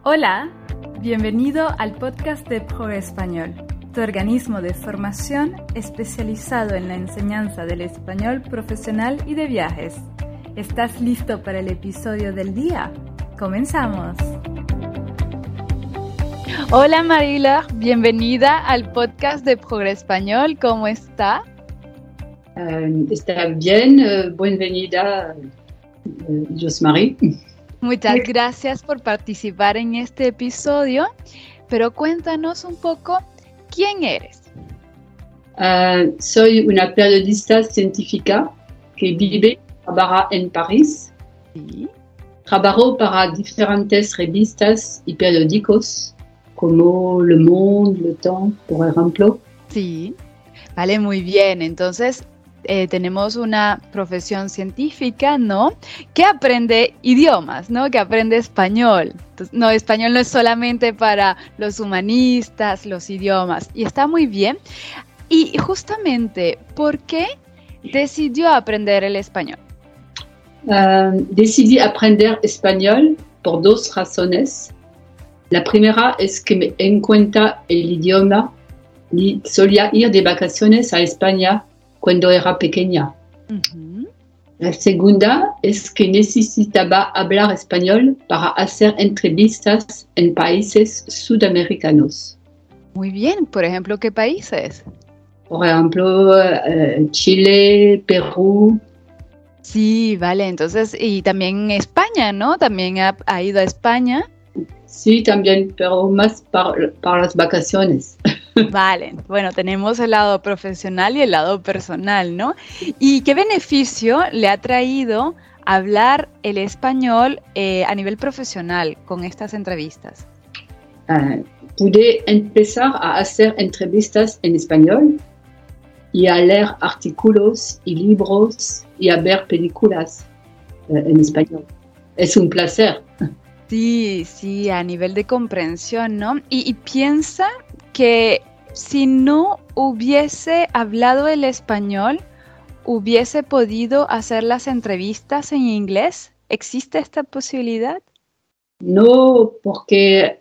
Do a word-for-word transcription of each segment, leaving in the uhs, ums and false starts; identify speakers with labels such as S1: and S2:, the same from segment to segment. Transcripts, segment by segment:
S1: Hola, bienvenido al podcast de ProEspañol, tu organismo de formación especializado en la enseñanza del español profesional y de viajes. ¿Estás listo para el episodio del día? ¡Comenzamos! Hola Marila, bienvenida al podcast de ProEspañol. ¿Cómo está?
S2: Uh, está bien, uh, bienvenida, uh, Josmarie.
S1: Muchas gracias por participar en este episodio, pero cuéntanos un poco, ¿quién eres?
S2: Uh, soy una periodista científica que vive y trabaja en París.
S1: Sí.
S2: Trabajo para diferentes revistas y periódicos como Le Monde, Le Temps, por ejemplo.
S1: Sí, vale, muy bien. Entonces, eh, tenemos una profesión científica, ¿no? Que aprende idiomas, ¿no? Que aprende español. Entonces, no, español no es solamente para los humanistas, los idiomas. Y está muy bien. Y justamente, ¿por qué decidió aprender el español?
S2: Uh, decidí aprender español por dos razones. La primera es que me encanta el idioma y solía ir de vacaciones a España cuando era pequeña.
S1: Uh-huh.
S2: La segunda es que necesitaba hablar español para hacer entrevistas en países sudamericanos.
S1: Muy bien, por ejemplo, ¿qué países?
S2: Por ejemplo, uh, Chile, Perú.
S1: Sí, vale, entonces, y también España, ¿no? También ha, ha ido a España.
S2: Sí, también, pero más para, para las vacaciones.
S1: Vale, bueno, tenemos el lado profesional y el lado personal, ¿no? ¿Y qué beneficio le ha traído hablar el español eh, a nivel profesional con estas entrevistas?
S2: Uh, pude empezar a hacer entrevistas en español y a leer artículos y libros y a ver películas uh, en español. Es un placer.
S1: Sí, sí, a nivel de comprensión, ¿no? Y, y piensa que si no hubiese hablado el español, ¿hubiese podido hacer las entrevistas en inglés? ¿Existe esta posibilidad?
S2: No, porque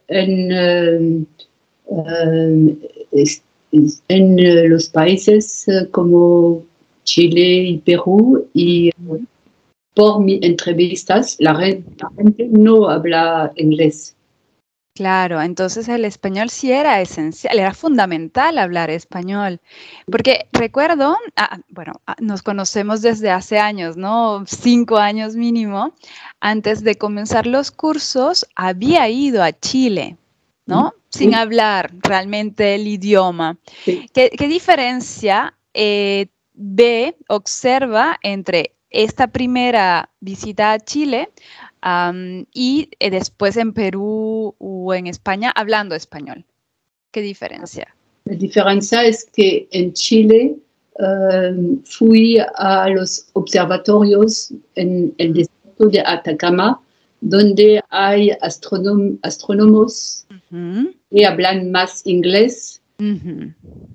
S2: en, uh, uh, es, es, en los países uh, como Chile y Perú y uh, por mis entrevistas la gente no habla inglés.
S1: Claro, entonces el español sí era esencial, era fundamental hablar español, porque recuerdo, ah, bueno, nos conocemos desde hace años, ¿no? Cinco años mínimo. Antes de comenzar los cursos, había ido a Chile, ¿no?
S2: Sí.
S1: Sin hablar realmente el idioma.
S2: Sí.
S1: ¿Qué, qué diferencia eh, ve, observa entre esta primera visita a Chile Um, y eh, después en Perú o en España hablando español? ¿Qué diferencia?
S2: La diferencia es que en Chile uh, fui a los observatorios en el desierto de Atacama, donde hay astrónom- astrónomos uh-huh. que hablan más inglés uh-huh.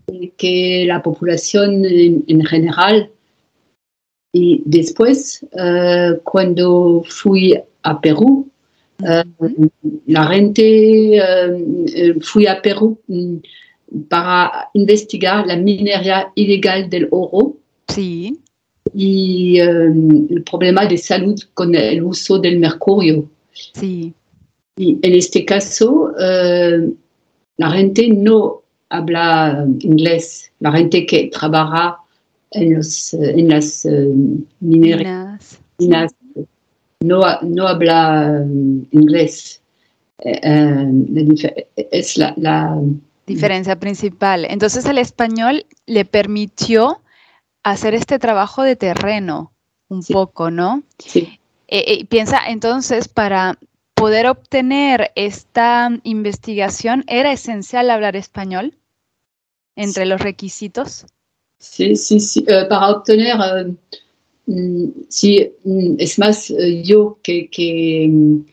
S2: que la población en, en general. Y después, uh, cuando fui a Perú, uh, la gente, uh, fui a Perú um, para investigar la minería ilegal del oro.
S1: Sí.
S2: Y um, el problema de salud con el uso del mercurio.
S1: Sí.
S2: Y en este caso, uh, la gente no habla inglés. La gente que trabaja en, los, en las uh, minerías minas, no, no habla um, inglés. Uh, la dif- es la, la
S1: diferencia principal. Entonces el español le permitió hacer este trabajo de terreno un
S2: sí.
S1: poco, ¿no?
S2: Sí.
S1: Eh, eh, piensa entonces, para poder obtener esta investigación, ¿era esencial hablar español entre sí. los requisitos?
S2: Sí, sí, sí. Uh, para obtener, uh, sí, es más uh, yo que, que,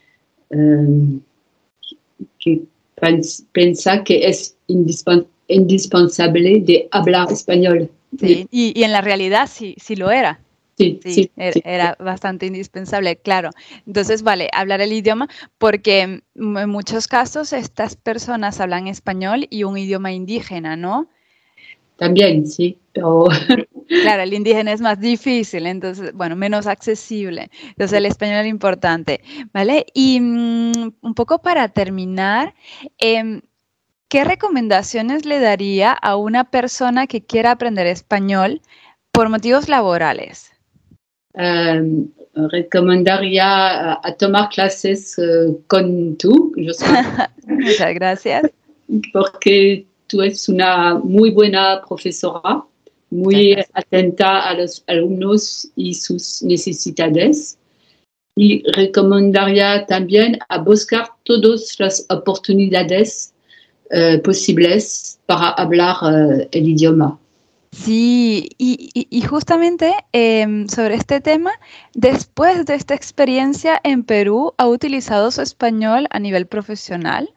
S2: uh, que piensa que es indispens- indispensable de hablar español.
S1: Sí, y, y en la realidad sí, sí lo era.
S2: Sí,
S1: Sí,
S2: sí,
S1: er-
S2: sí.
S1: era bastante indispensable, claro. Entonces, vale, hablar el idioma, porque mm, en muchos casos estas personas hablan español y un idioma indígena, ¿no?
S2: También, sí, pero
S1: Claro, el indígena es más difícil, entonces, bueno, menos accesible. Entonces, el español es importante, ¿vale? Y mm, un poco para terminar, em, ¿qué recomendaciones le daría a una persona que quiera aprender español por motivos laborales?
S2: eh, recomendaría a, a tomar clases eh, con tú, Jocelyn,
S1: Muchas gracias.
S2: porque tú eres una muy buena profesora,
S1: Muchas
S2: muy
S1: gracias.
S2: atenta a los alumnos y sus necesidades. Y recomendaría también a buscar todas las oportunidades eh, posibles para hablar eh, el idioma.
S1: Sí, y, y- y justamente em, sobre este tema, después de esta experiencia en Perú, ¿ha utilizado su español a nivel profesional?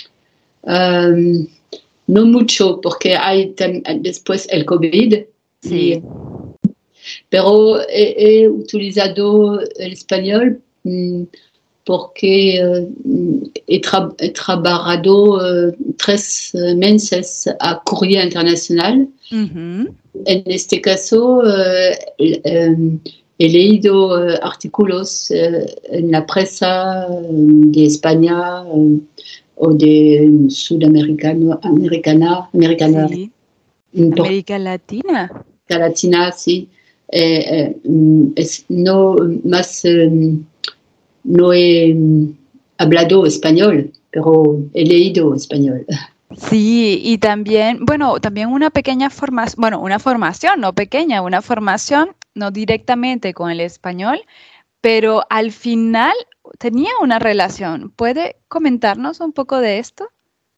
S2: Um, no mucho, porque hay tam- después el COVID, y,
S1: Sí.
S2: pero he, he utilizado el español mm, porque eh, he, tra- he trabajado eh, tres eh, meses a Courrier Internacional.
S1: Ujú.
S2: En este caso, eh, eh, he leído eh, artículos eh, en la prensa eh, de España eh, o de Sudamericana, americana, americana,
S1: Sí.
S2: por
S1: América Latina.
S2: América Latina, sí. Eh, eh, es, no más, eh, no he mm, hablado español, pero he leído español.
S1: Sí, y también, bueno, también una pequeña formación, bueno, una formación, no pequeña, una formación, no directamente con el español, pero al final tenía una relación. ¿Puede comentarnos un poco de esto?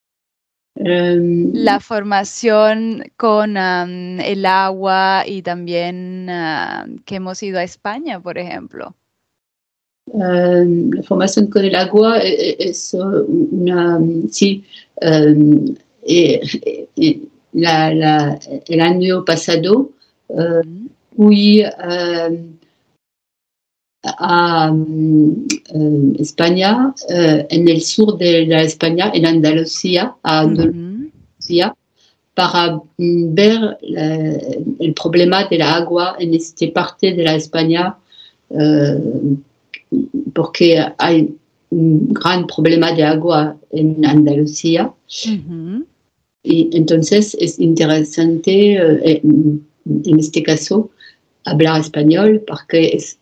S2: Eh,
S1: La formación con am, el agua y también ah, que hemos ido a España, por ejemplo.
S2: Uh, la formación con el agua es una, sí, um, eh, eh, la, la, el año pasado uh,
S1: Ujú,
S2: fui uh, a um, España, uh, en el sur de la España, en Andalucía, a
S1: ujú.
S2: Andalucía, para um, ver la, el problema del agua en esta parte de la España. Uh, porque hay un gran problema de agua en Andalucía
S1: Ujú.
S2: y entonces es interesante eh, en, en este caso hablar español porque es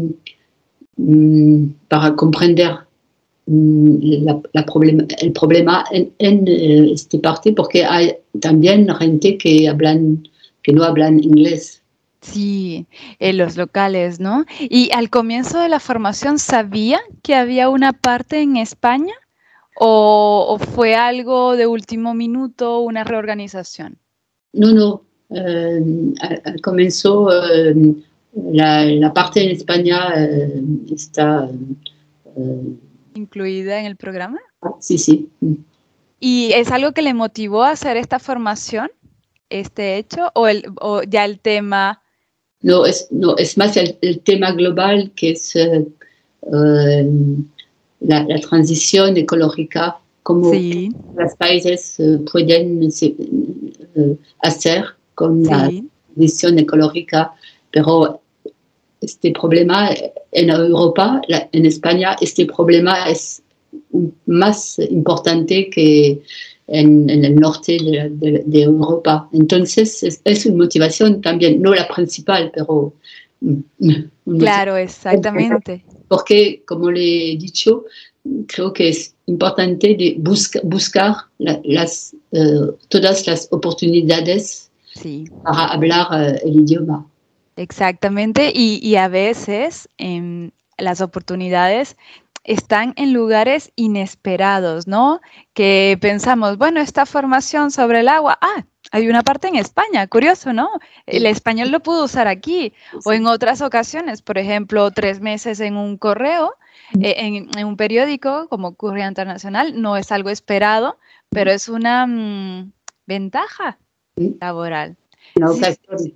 S2: mm, para comprender mm, la, la problema, el problema en, en eh, esta parte porque hay también gente que hablan que no hablan inglés.
S1: Sí, en los locales, ¿no? Y al comienzo de la formación, ¿sabía que había una parte en España o, o fue algo de último minuto, una reorganización?
S2: No, no. Eh, al, al comienzo, eh, la, la, parte en España eh, está. Eh,
S1: ¿Incluida en el programa?
S2: sí, sí.
S1: ¿Y es algo que le motivó a hacer esta formación, este hecho, o, el, o ya el tema?
S2: No, es, no, es más el, el tema global que es eh, eh, la, la, transición ecológica, cómo
S1: Sí,
S2: los países eh, pueden se, eh, hacer con la
S1: sí,
S2: transición ecológica, pero este problema en Europa, la, en España, este problema es más importante que en, en el norte de, de, de Europa. Entonces, es, es, una motivación también, no la principal, pero
S1: claro, exactamente.
S2: porque, como le he dicho, creo que es importante de busca, buscar la, las, uh, todas las oportunidades
S1: Sí.
S2: para hablar uh, el idioma.
S1: Exactamente, y, y a veces em, las oportunidades están en lugares inesperados, ¿no? Que pensamos, bueno, esta formación sobre el agua, ah, hay una parte en España, curioso, ¿no? El
S2: Sí.
S1: español lo puedo usar aquí, o en otras ocasiones, por ejemplo, tres meses en un correo, eh, en, en un periódico como Courrier Internacional, no es algo esperado, pero es una mm, ventaja laboral.
S2: Una
S1: Sí,
S2: ocasión.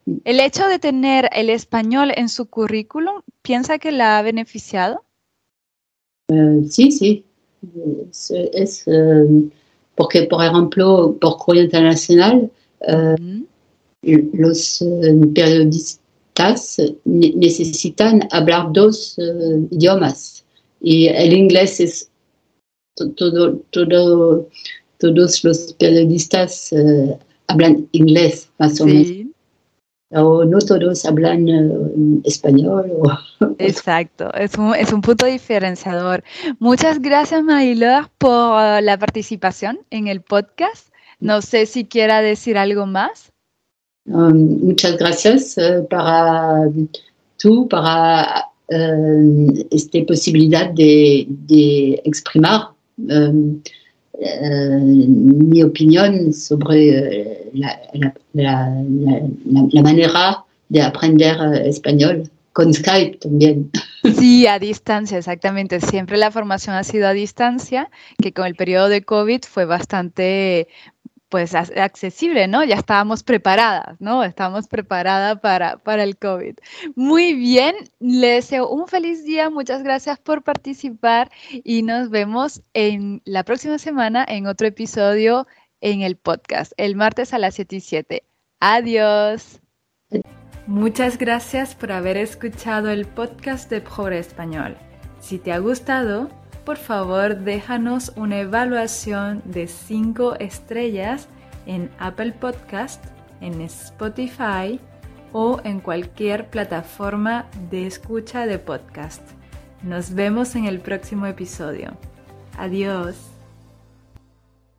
S1: El hecho de tener el español en su currículum, ¿piensa que la ha beneficiado?
S2: Uh, sí, sí. Es, es uh, porque, por ejemplo, por Courrier Internacional, uh, uh-huh. los uh, periodistas ne- necesitan hablar dos uh, idiomas. Y el inglés es todo, todo, todos los periodistas uh, hablan inglés, más o menos.
S1: Sí.
S2: O no todos hablan uh, español. O...
S1: Exacto, es un, es un punto diferenciador. Muchas gracias, Marie-Laure, por la participación en el podcast. No sé si quiera decir algo más.
S2: Um, muchas gracias uh, para tú, para uh, esta posibilidad de, de exprimar um, uh, mi opinión sobre uh, la, la, la, la, la manera de aprender uh, español. Con Skype también.
S1: Sí, a distancia, exactamente. Siempre la formación ha sido a distancia, que con el periodo de COVID fue bastante, pues, accesible, ¿no? Ya estábamos preparadas, ¿no? Estábamos preparadas para, para el COVID. Muy bien, les deseo un feliz día, muchas gracias por participar y nos vemos en la próxima semana en otro episodio en el podcast, el martes a las siete y siete. Adiós. Muchas gracias por haber escuchado el podcast de Progre Español. Si te ha gustado, por favor déjanos una evaluación de cinco estrellas en Apple Podcast, en Spotify o en cualquier plataforma de escucha de podcast. Nos vemos en el próximo episodio. Adiós.